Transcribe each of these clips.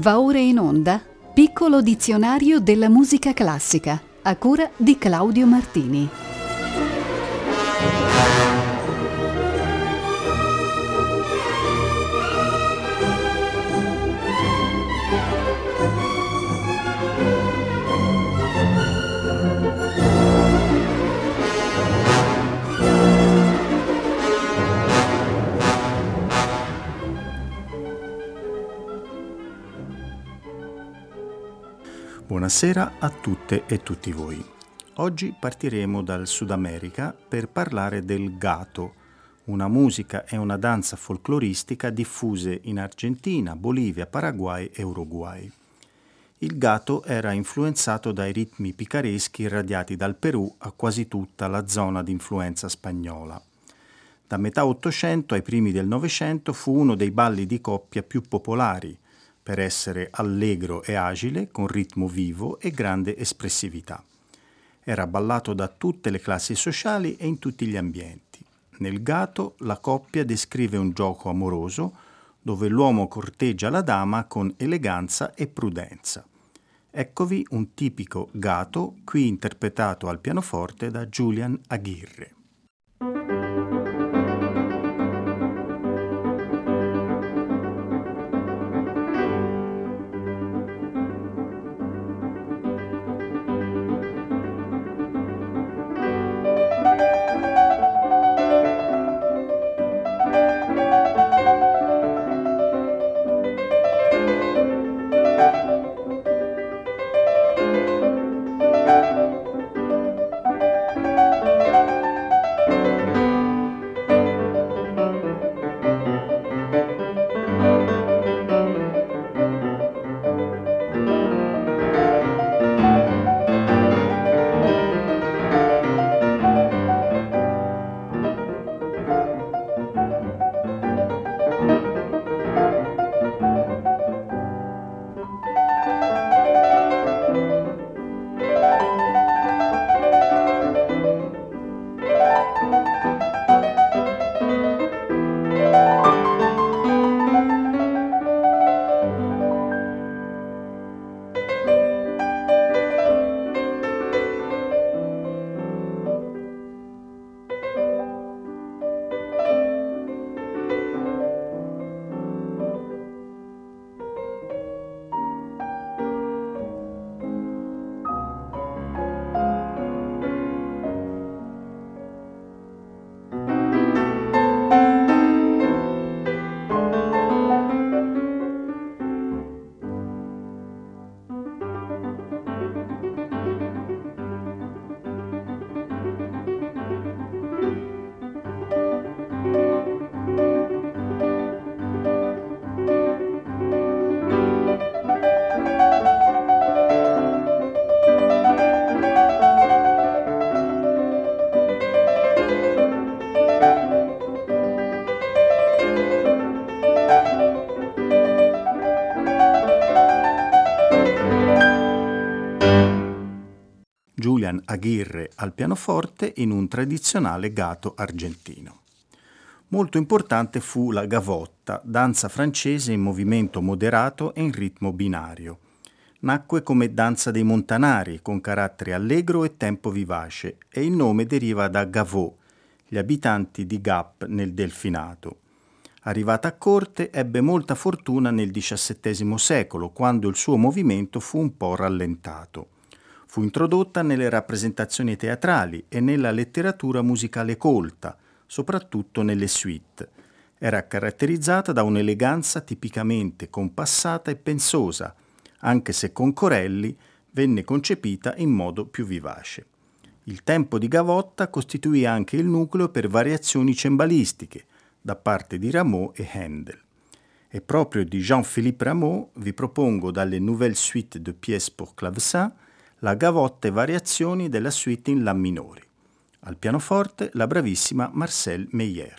Va ora in onda Piccolo dizionario della musica classica, a cura di Claudio Martini. Buonasera a tutte e tutti voi. Oggi partiremo dal Sud America per parlare del gato, una musica e una danza folcloristica diffuse in Argentina, Bolivia, Paraguay e Uruguay. Il gato era influenzato dai ritmi picareschi irradiati dal Perù a quasi tutta la zona di influenza spagnola. Da metà Ottocento ai primi del Novecento fu uno dei balli di coppia più popolari, per essere allegro e agile, con ritmo vivo e grande espressività. Era ballato da tutte le classi sociali e in tutti gli ambienti. Nel gato la coppia descrive un gioco amoroso dove l'uomo corteggia la dama con eleganza e prudenza. Eccovi un tipico gato, qui interpretato al pianoforte da Julián Aguirre. Julián Aguirre al pianoforte in un tradizionale gato argentino. Molto importante fu la gavotta, danza francese in movimento moderato e in ritmo binario. Nacque come danza dei montanari, con carattere allegro e tempo vivace, e il nome deriva da Gavot, gli abitanti di Gap nel Delfinato. Arrivata a corte, ebbe molta fortuna nel XVII secolo, quando il suo movimento fu un po' rallentato. Fu introdotta nelle rappresentazioni teatrali e nella letteratura musicale colta, soprattutto nelle suite. Era caratterizzata da un'eleganza tipicamente compassata e pensosa, anche se con Corelli venne concepita in modo più vivace. Il tempo di gavotta costituì anche il nucleo per variazioni cembalistiche da parte di Rameau e Handel. E proprio di Jean-Philippe Rameau vi propongo dalle Nouvelles Suites de pièces pour clavecin la gavotta e variazioni della suite in La minori. Al pianoforte la bravissima Marcelle Meyer.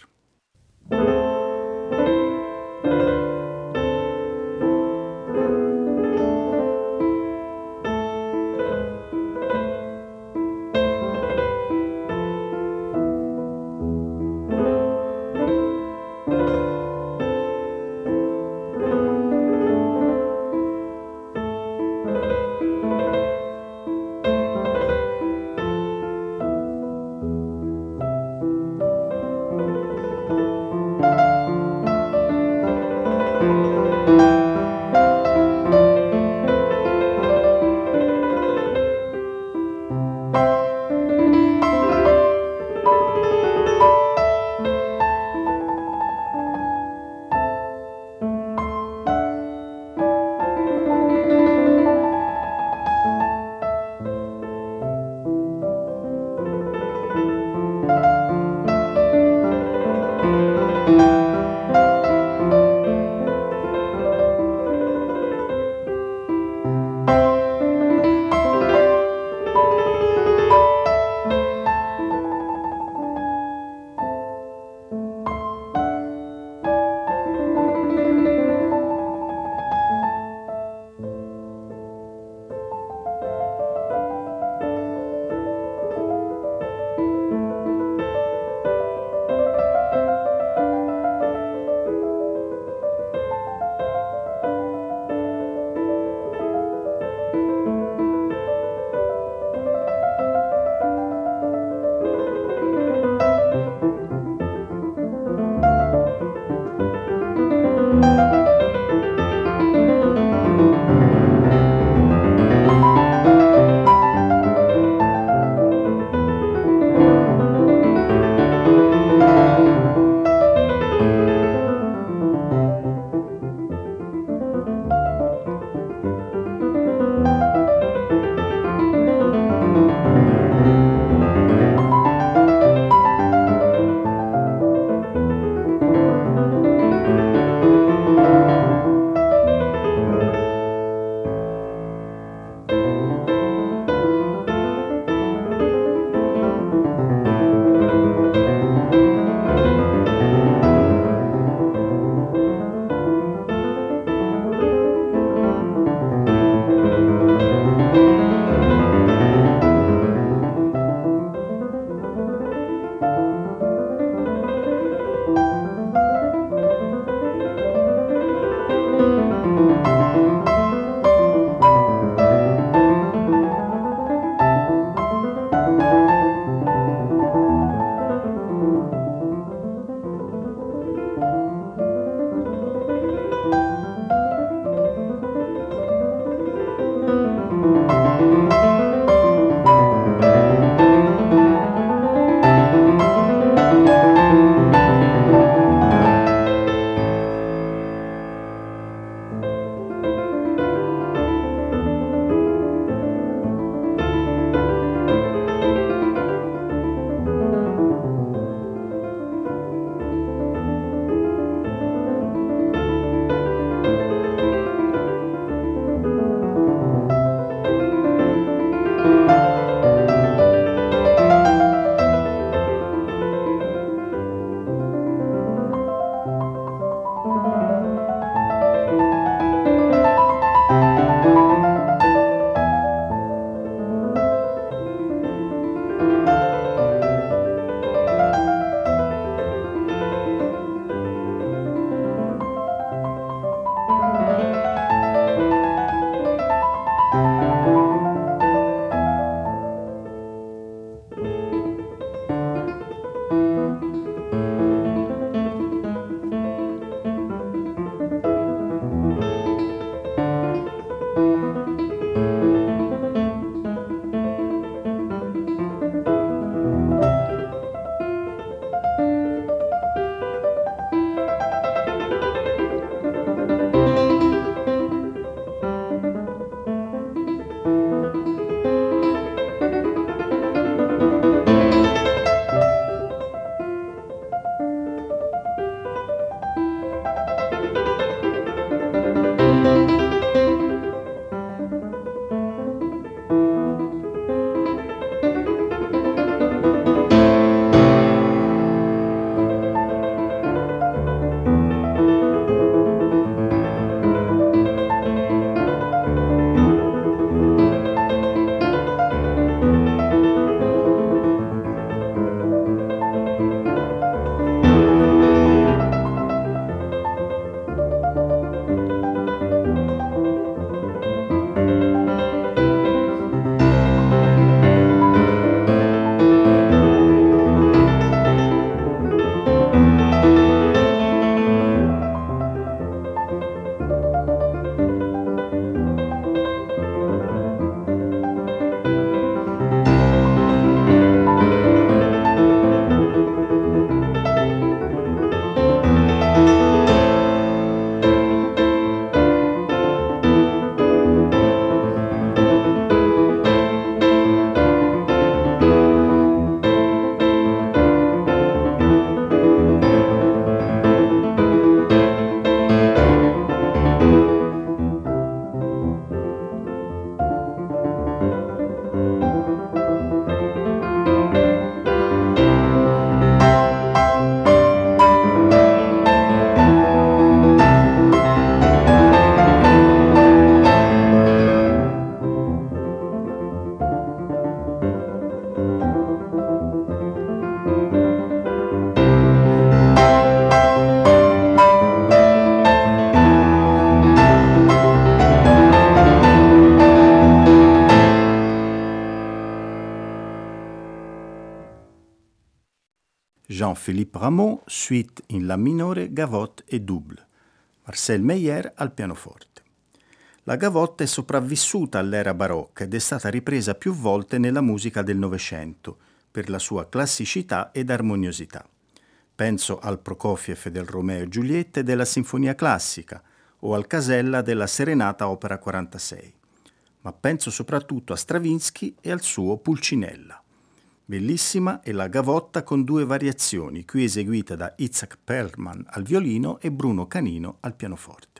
Jean-Philippe Rameau, suite in La minore, gavotte e double. Marcel Meyer al pianoforte. La gavotte è sopravvissuta all'era barocca ed è stata ripresa più volte nella musica del Novecento per la sua classicità ed armoniosità. Penso al Prokofiev del Romeo e Giulietta e della Sinfonia Classica o al Casella della Serenata Opera 46. Ma penso soprattutto a Stravinsky e al suo Pulcinella. Bellissima è la gavotta con 2 variazioni, qui eseguita da Itzhak Perlman al violino e Bruno Canino al pianoforte.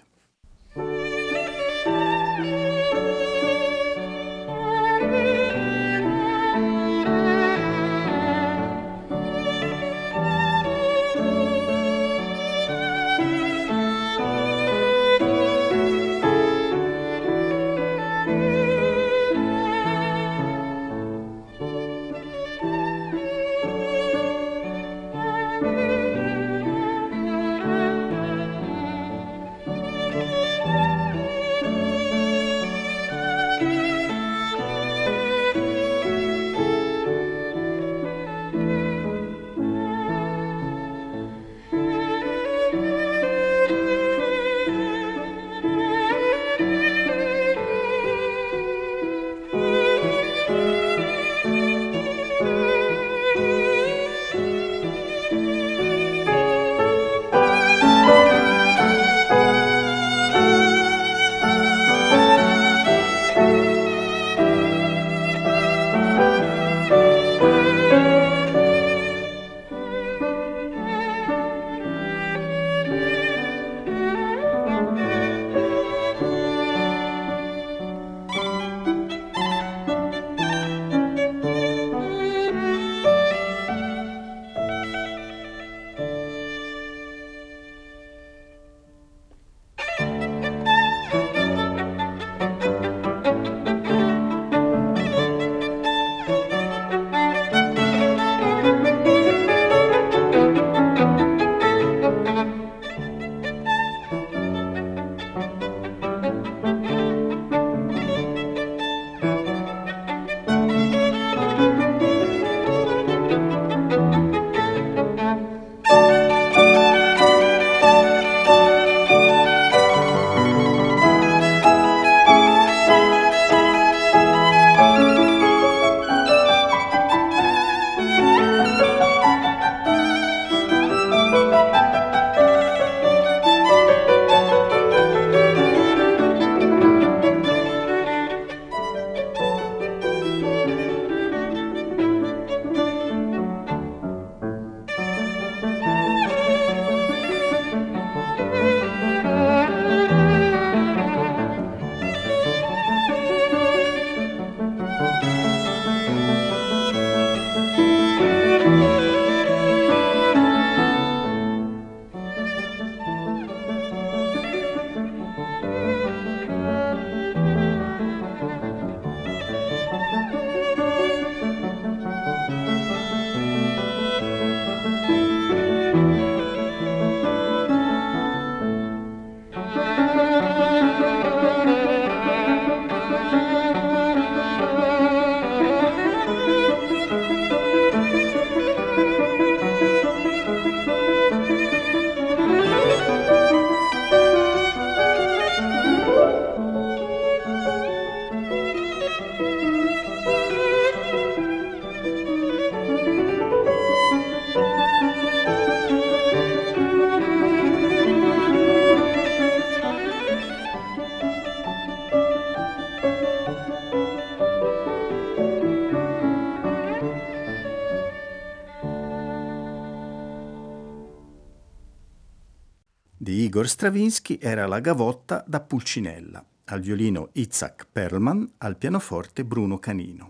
Di Igor Stravinsky era la gavotta da Pulcinella, al violino Itzhak Perlman, al pianoforte Bruno Canino.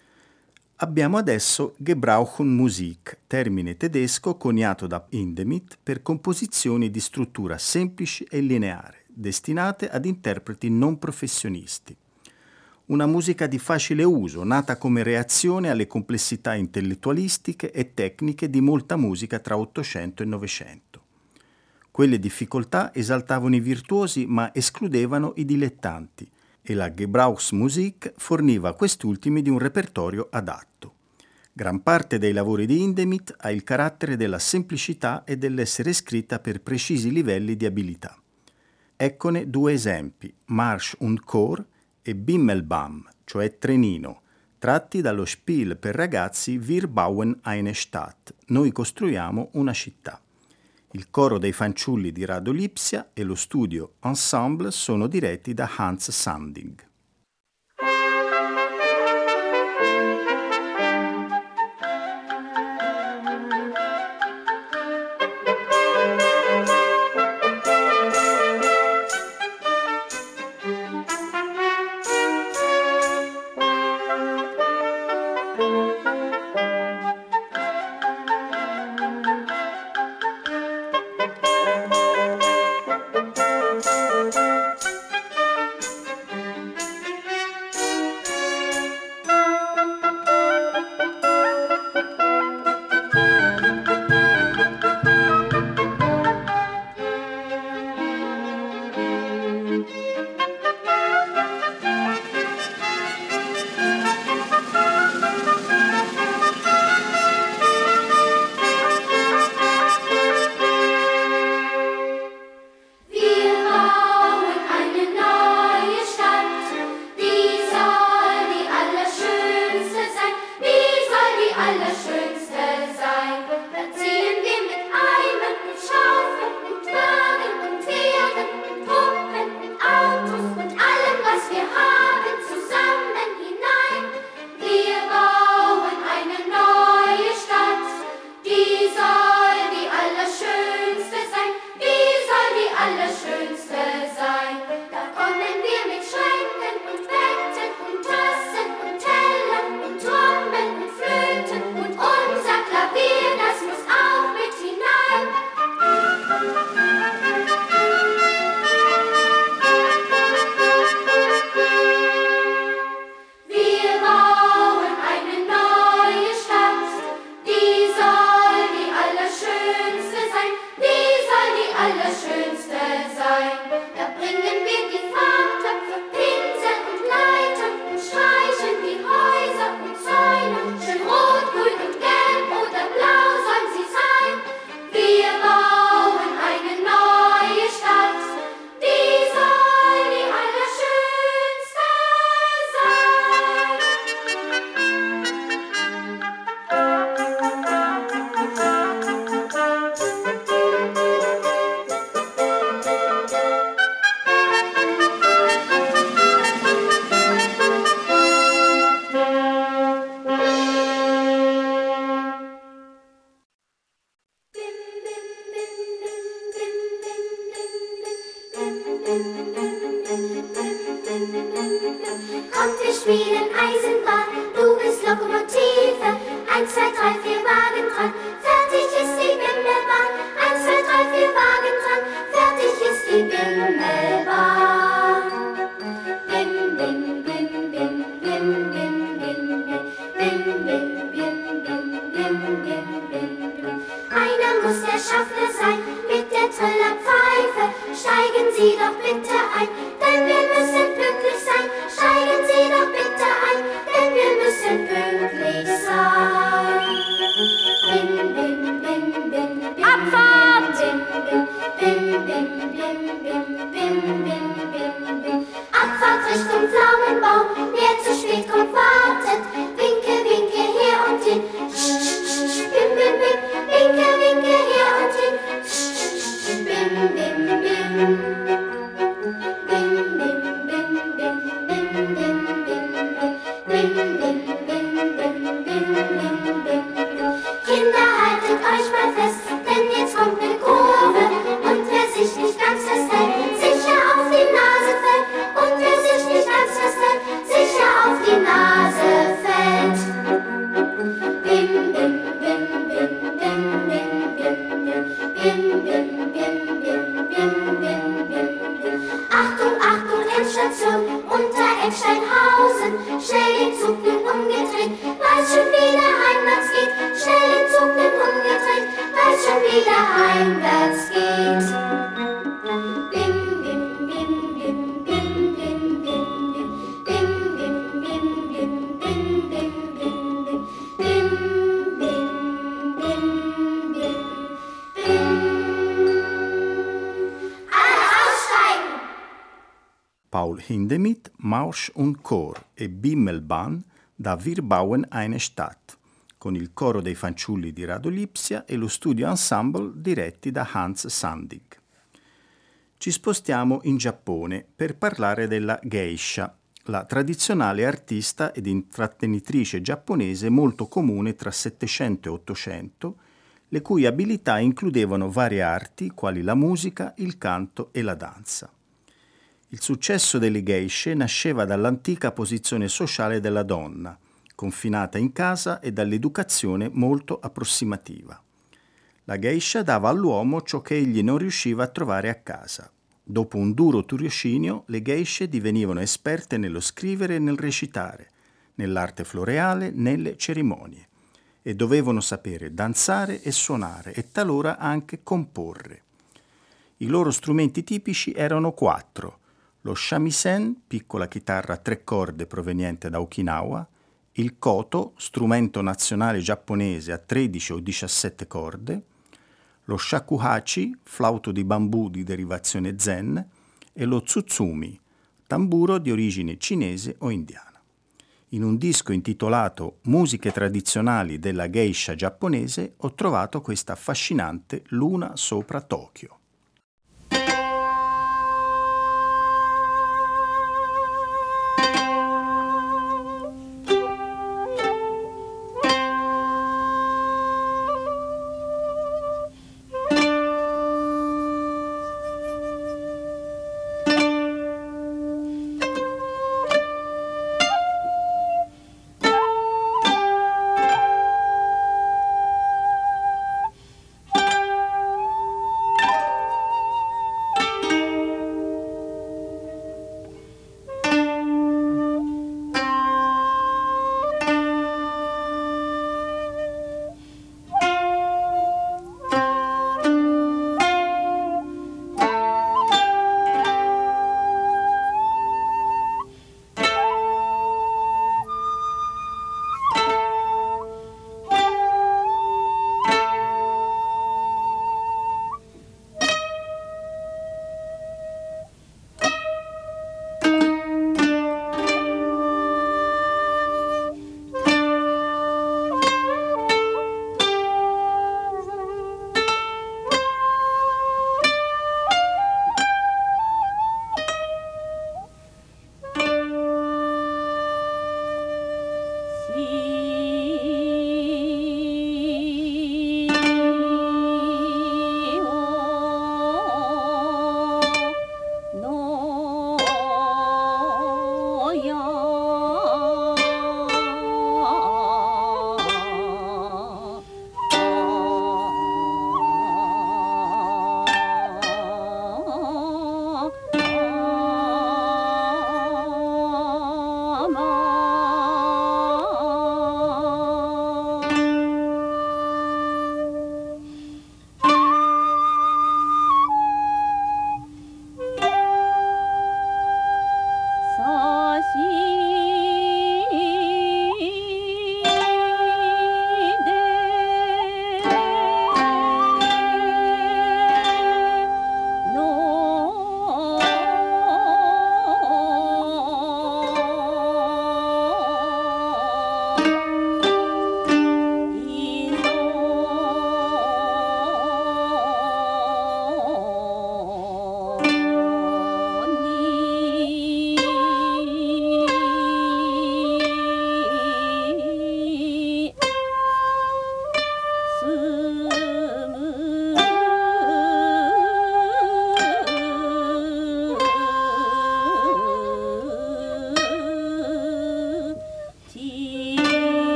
Abbiamo adesso Gebrauchungsmusik, termine tedesco coniato da Hindemith per composizioni di struttura semplici e lineare, destinate ad interpreti non professionisti. Una musica di facile uso, nata come reazione alle complessità intellettualistiche e tecniche di molta musica tra Ottocento e Novecento. Quelle difficoltà esaltavano i virtuosi ma escludevano i dilettanti e la Gebrauchsmusik forniva a quest'ultimi di un repertorio adatto. Gran parte dei lavori di Hindemith ha il carattere della semplicità e dell'essere scritta per precisi livelli di abilità. Eccone due esempi, Marsch und Chor e Bimmelbaum, cioè Trenino, tratti dallo Spiel per ragazzi Wir bauen eine Stadt, noi costruiamo una città. Il coro dei fanciulli di Rado Lipsia e lo studio Ensemble sono diretti da Hans Sanding. Kommt, wir spielen Eisenbahn, du bist Lokomotive. 1, 2, 3, 4 Wagen dran, fertig ist die Bimmelbahn. 1, 2, 3, 4 Wagen dran, fertig ist die Bimmelbahn. Bim, bim, bim, bim, bim, bim, bim, bim, bim, bim, bim, bim, bim, bim, bim. Einer muss der Schaffner sein, mit der Trillerpfeife. Steigen Sie doch bitte ein, denn wir müssen pünktlich sein. Steigen Sie doch bitte ein, denn wir müssen pünktlich sein. Bim, bim, bim, bim, bim. Abfahrt! Bim, bim, bim, bim, bim, bim, bim, bim. Abfahrt Richtung Pflaumenbaum, wer zu spät kommt, wartet. Winke, winke, her und hin. Bim, bim, bim, winke, winke, her und hin. Bim, bim, bim. Bim, bim, bim, bim, bim, bim, bim, bim, bim, bim, bim, bim, bim, bim, bim. Kinder, haltet euch mal fest, denn jetzt kommt eine Kurve. Und wer sich nicht ganz festhält, sicher auf die Nase fällt. Und wer sich nicht ganz festhält, sicher auf die Nase fällt. Bim, bim, bim, bim, bim, bim, bim, bim, bim, bim, bim, bim, bim, bim, bim. Achtung, Achtung, Endstation, unter Ecksteinhausen. Schnell den Zug nun umgedreht, weil's schon wieder heimwärts geht. Schnell den Zug nun umgedreht, weil's schon wieder heimwärts geht. Bim, bim, bim, bim, bim, bim, bim, bim, bim, bim, bim, bim, bim, bim, bim, bim, bim. Paul Hindemith, Marsch und Chor e Bimmelbahn da Wir bauen eine Stadt, con il coro dei fanciulli di Rado Lipsia e lo studio ensemble diretti da Hans Sandig. Ci spostiamo in Giappone per parlare della geisha, la tradizionale artista ed intrattenitrice giapponese molto comune tra 700 e 800, le cui abilità includevano varie arti quali la musica, il canto e la danza. Il successo delle geishe nasceva dall'antica posizione sociale della donna, confinata in casa e dall'educazione molto approssimativa. La geisha dava all'uomo ciò che egli non riusciva a trovare a casa. Dopo un duro tirocinio, le geishe divenivano esperte nello scrivere e nel recitare, nell'arte floreale, nelle cerimonie, e dovevano sapere danzare e suonare e talora anche comporre. I loro strumenti tipici erano 4: lo shamisen, piccola chitarra a 3 corde proveniente da Okinawa, il koto, strumento nazionale giapponese a 13 o 17 corde, lo shakuhachi, flauto di bambù di derivazione zen, e lo tsutsumi, tamburo di origine cinese o indiana. In un disco intitolato Musiche tradizionali della geisha giapponese ho trovato questa affascinante Luna sopra Tokyo.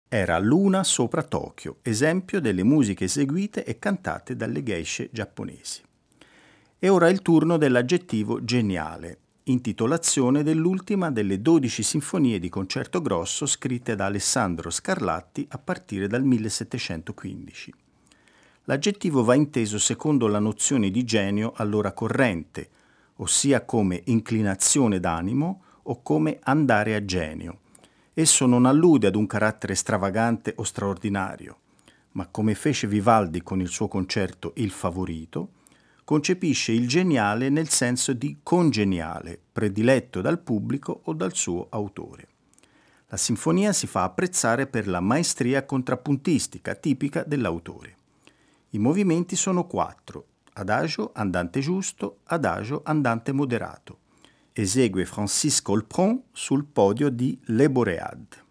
Era Luna sopra Tokyo, esempio delle musiche eseguite e cantate dalle geishe giapponesi. E ora è il turno dell'aggettivo geniale, intitolazione dell'ultima delle 12 sinfonie di concerto grosso scritte da Alessandro Scarlatti a partire dal 1715. L'aggettivo va inteso secondo la nozione di genio allora corrente, ossia come inclinazione d'animo o come andare a genio. Esso non allude ad un carattere stravagante o straordinario, ma come fece Vivaldi con il suo concerto Il Favorito, concepisce il geniale nel senso di congeniale, prediletto dal pubblico o dal suo autore. La sinfonia si fa apprezzare per la maestria contrappuntistica tipica dell'autore. I movimenti sono 4: adagio, andante giusto, adagio, andante moderato. Esegue Francisco Olpron sul podio di Le Boréade.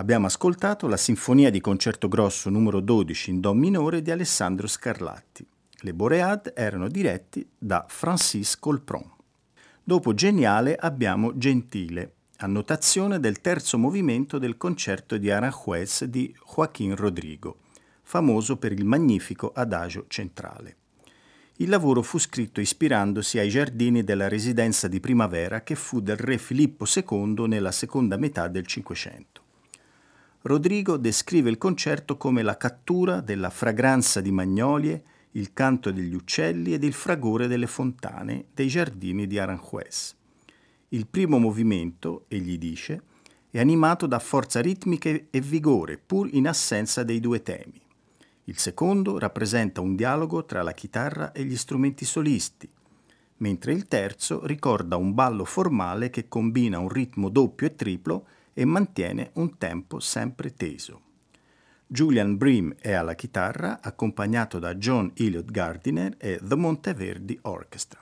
Abbiamo ascoltato la Sinfonia di Concerto Grosso numero 12 in Do minore di Alessandro Scarlatti. Le Boréades erano diretti da Francis Colpron. Dopo Geniale abbiamo Gentile, annotazione del terzo movimento del concerto di Aranjuez di Joaquín Rodrigo, famoso per il magnifico adagio centrale. Il lavoro fu scritto ispirandosi ai giardini della residenza di primavera che fu del re Filippo II nella seconda metà del Cinquecento. Rodrigo descrive il concerto come la cattura della fragranza di magnolie, il canto degli uccelli ed il fragore delle fontane dei giardini di Aranjuez. Il primo movimento, egli dice, è animato da forza ritmica e vigore, pur in assenza dei due temi. Il secondo rappresenta un dialogo tra la chitarra e gli strumenti solisti, mentre il terzo ricorda un ballo formale che combina un ritmo doppio e triplo e mantiene un tempo sempre teso. Julian Bream è alla chitarra, accompagnato da John Elliott Gardiner e The Monteverdi Orchestra.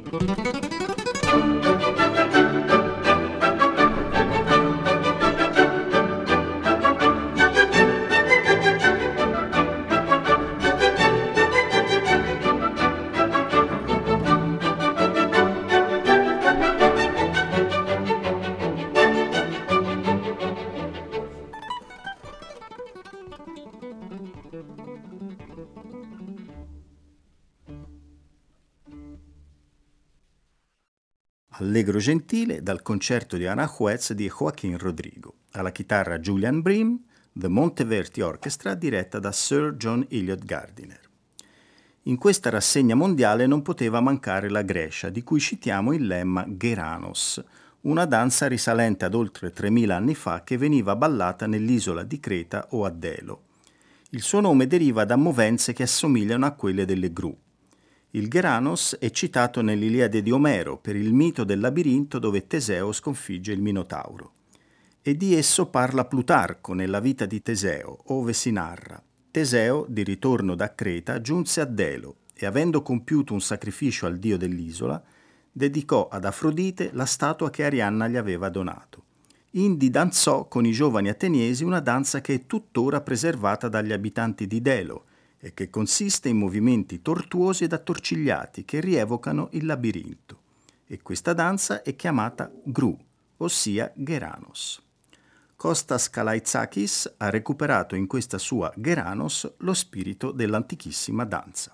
Allegro gentile dal concerto di Aranjuez di Joaquín Rodrigo. Alla chitarra Julian Bream, The Monteverdi Orchestra diretta da Sir John Eliot Gardiner. In questa rassegna mondiale non poteva mancare la Grecia, di cui citiamo il lemma Geranos, una danza risalente ad oltre 3000 anni fa che veniva ballata nell'isola di Creta o a Delo. Il suo nome deriva da movenze che assomigliano a quelle delle gru. Il Geranos è citato nell'Iliade di Omero per il mito del labirinto dove Teseo sconfigge il Minotauro. E di esso parla Plutarco nella vita di Teseo, ove si narra: Teseo, di ritorno da Creta, giunse a Delo e, avendo compiuto un sacrificio al dio dell'isola, dedicò ad Afrodite la statua che Arianna gli aveva donato. Indi danzò con i giovani ateniesi una danza che è tuttora preservata dagli abitanti di Delo, e che consiste in movimenti tortuosi ed attorcigliati che rievocano il labirinto. E questa danza è chiamata Gru, ossia Geranos. Kostas Kalaitzakis ha recuperato in questa sua Geranos lo spirito dell'antichissima danza.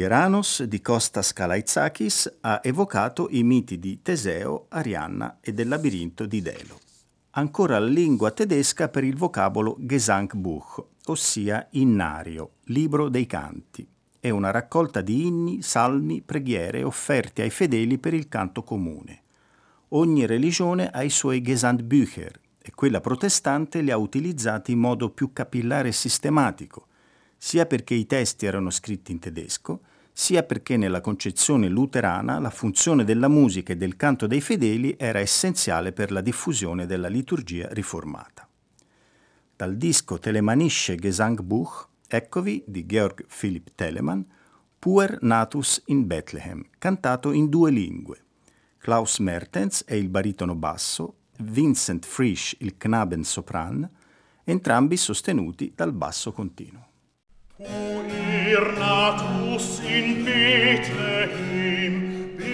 Polieranos di Kostas Kalaitzakis ha evocato i miti di Teseo, Arianna e del labirinto di Delo. Ancora la lingua tedesca per il vocabolo Gesangbuch, ossia innario, libro dei canti. È una raccolta di inni, salmi, preghiere offerti ai fedeli per il canto comune. Ogni religione ha i suoi Gesandbücher e quella protestante li ha utilizzati in modo più capillare e sistematico, sia perché i testi erano scritti in tedesco, sia perché nella concezione luterana la funzione della musica e del canto dei fedeli era essenziale per la diffusione della liturgia riformata. Dal disco Telemanische Gesangbuch, eccovi di Georg Philipp Telemann, Puer Natus in Bethlehem, cantato in 2 lingue. Klaus Mertens è il baritono basso, Vincent Frisch il Knaben Sopran, entrambi sostenuti dal basso continuo. Puer natus in Bethlehem,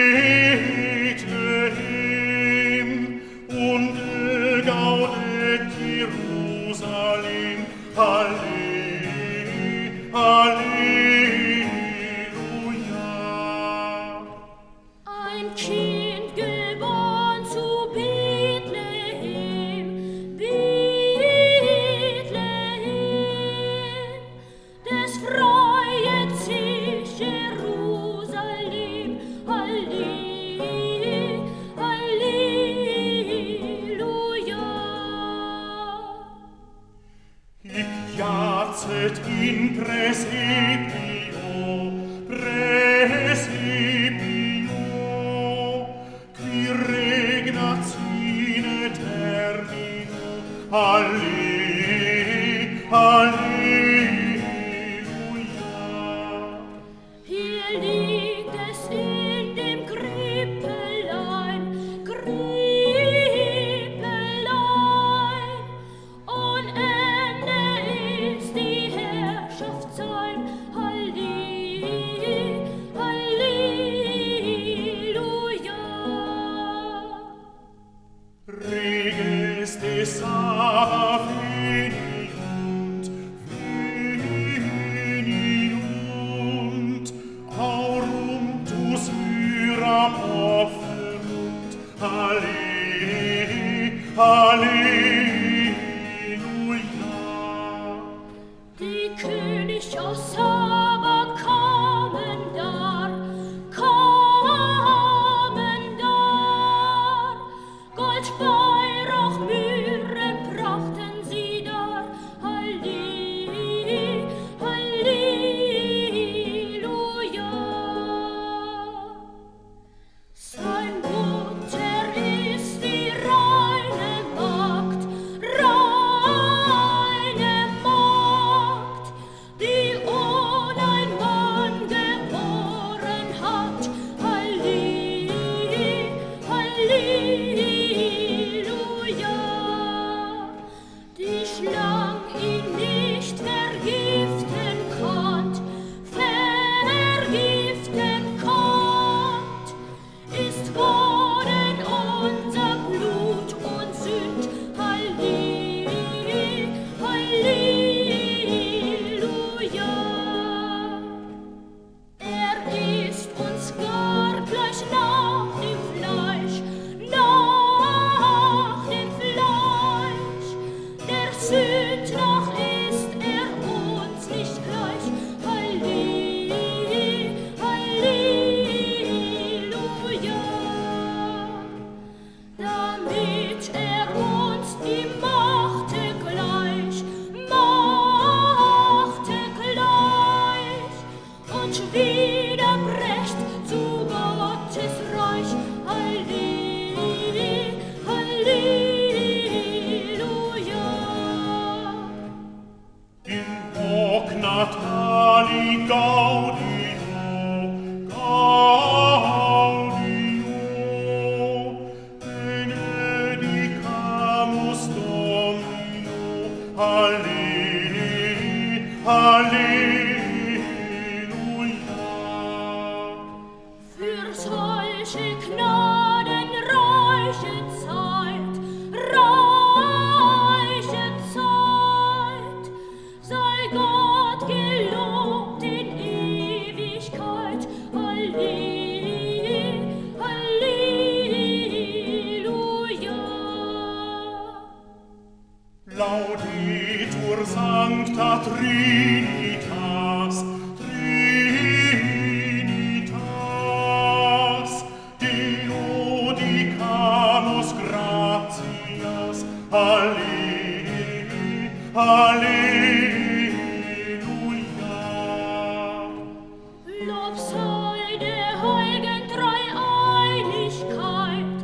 Bethlehem, und gaudet Jerusalem, Halleluja, Halleluja. Ein Kind geboren zu Bethlehem, Bethlehem, des freuet sich Jerusalem, Halleluja, Halleluja. Hic jacet in praesepio, praesepio, qui regnat sine termino, Halleluja, Halleluja. Hier liegt es in dem Krippelein, Krippelein, unende ist die Herrschaft sein, Halleluja, Halleluja. Reges des aber veniunt, veniunt, aurum tus myram offerunt, Halleluja, Halleluja. Die König aus Saba kamen dar, Gold, Weihrauch, Myrrhe brachten sie dar, Halleluja, Halleluja. Sein Mutter ist die reine Magd, die ohne ein Mann geboren hat, Halleluja, Halleluja. Die Schlang ihn nicht vergiften konnt, ist worden unser Blut und Sünd, Halleluja, Halleluja. Er ist uns gar gleich nach dem Fleisch, der Sünd nach ist er uns nicht gleich, Halleluja, Halleluja. Damit er uns die Machte gleich, und wiederbrecht zu Gottes Reich, Halleluja, Halleluja. In hoc Natali Gaudio, Gaudio, benedicamus Domino, Halleluja, Halleluja. Für solche gnadenreiche Zeit, reiche Zeit, sei Gott gelobt in ewig Trinitas, Trinitas, Deo dicamus gratias, Alleluia. Lob sei der heiligen Dreieinigkeit,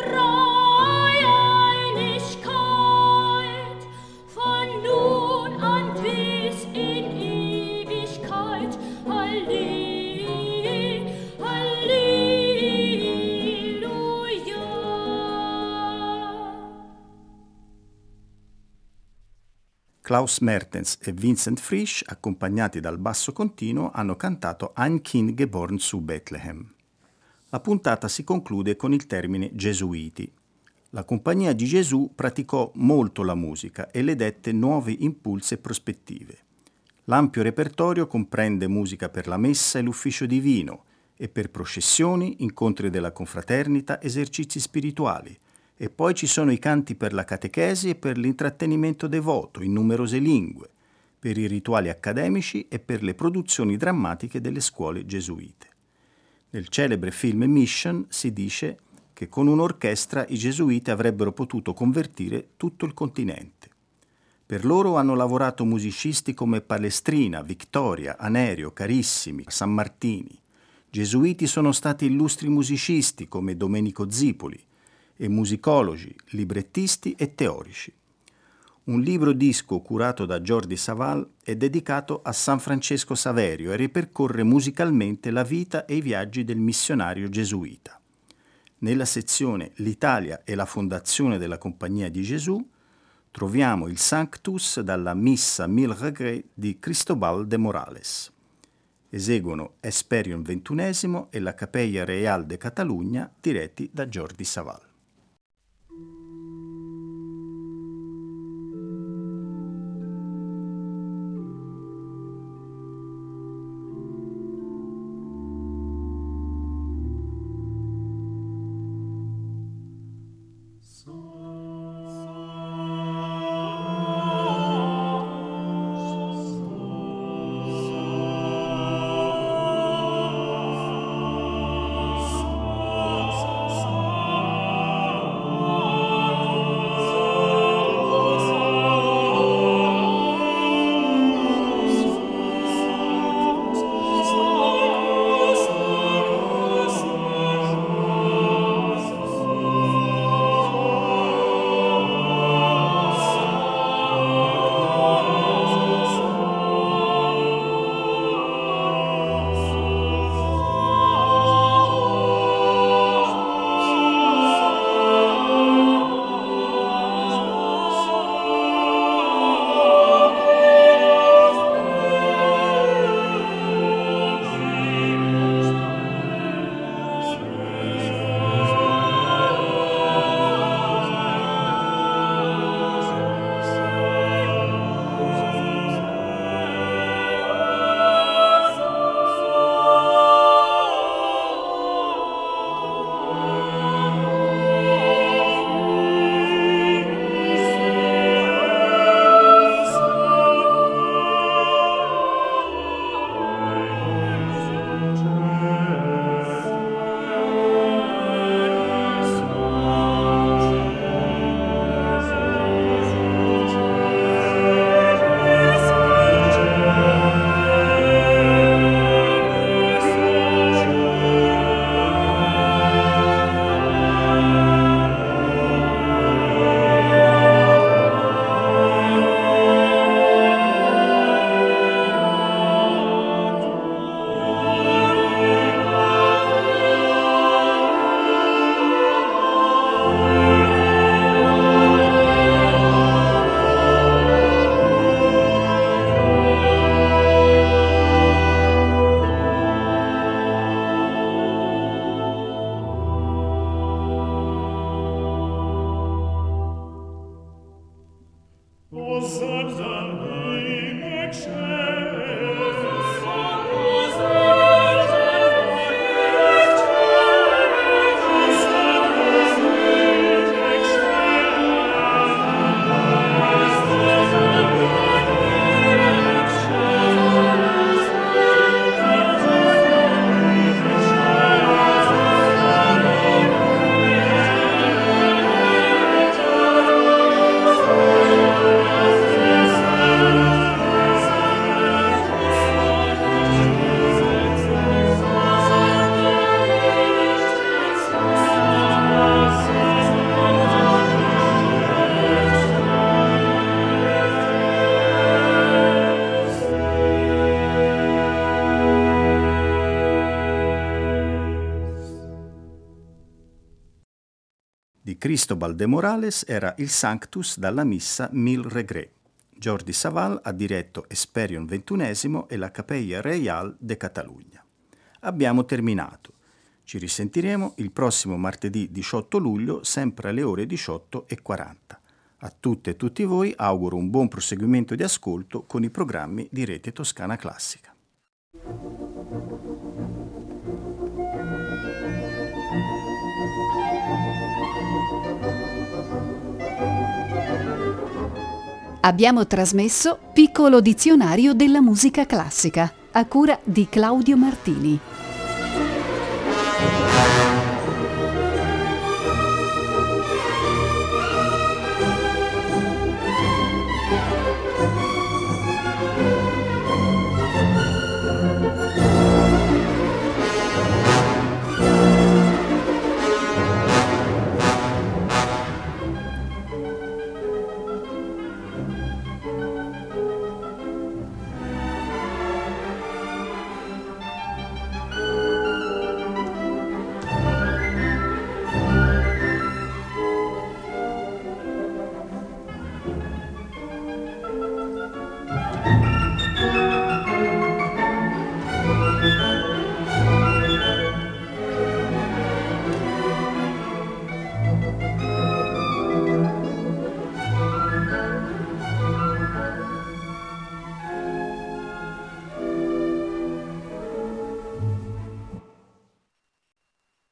Dreieinigkeit, von nun an bis in Ewigkeit. Halleluja. Klaus Mertens e Vincent Frisch, accompagnati dal basso continuo, hanno cantato Ein Kind geboren zu Bethlehem. La puntata si conclude con il termine Gesuiti. La Compagnia di Gesù praticò molto la musica e le dette nuovi impulsi e prospettive. L'ampio repertorio comprende musica per la messa e l'ufficio divino e per processioni, incontri della confraternita, esercizi spirituali. E poi ci sono i canti per la catechesi e per l'intrattenimento devoto in numerose lingue, per i rituali accademici e per le produzioni drammatiche delle scuole gesuite. Nel celebre film Mission si dice che con un'orchestra i gesuiti avrebbero potuto convertire tutto il continente. Per loro hanno lavorato musicisti come Palestrina, Victoria, Anerio, Carissimi, San Martini. Gesuiti sono stati illustri musicisti come Domenico Zipoli, e musicologi, librettisti e teorici. Un libro disco curato da Jordi Savall è dedicato a San Francesco Saverio e ripercorre musicalmente la vita e i viaggi del missionario gesuita. Nella sezione L'Italia e la fondazione della Compagnia di Gesù troviamo il Sanctus dalla Missa Mille Regrets di Cristobal de Morales. Eseguono Esperion XXI e la Capella Real de Catalunya diretti da Jordi Savall. di Cristobal de Morales era il Sanctus dalla missa Mille Regrets. Jordi Savall ha diretto Esperion XXI e la Capella Reial de Catalogna. Abbiamo terminato. Ci risentiremo il prossimo martedì 18 luglio, sempre alle ore 18:40. A tutte e tutti voi auguro un buon proseguimento di ascolto con i programmi di Rete Toscana Classica. Abbiamo trasmesso Piccolo dizionario della musica classica, a cura di Claudio Martini.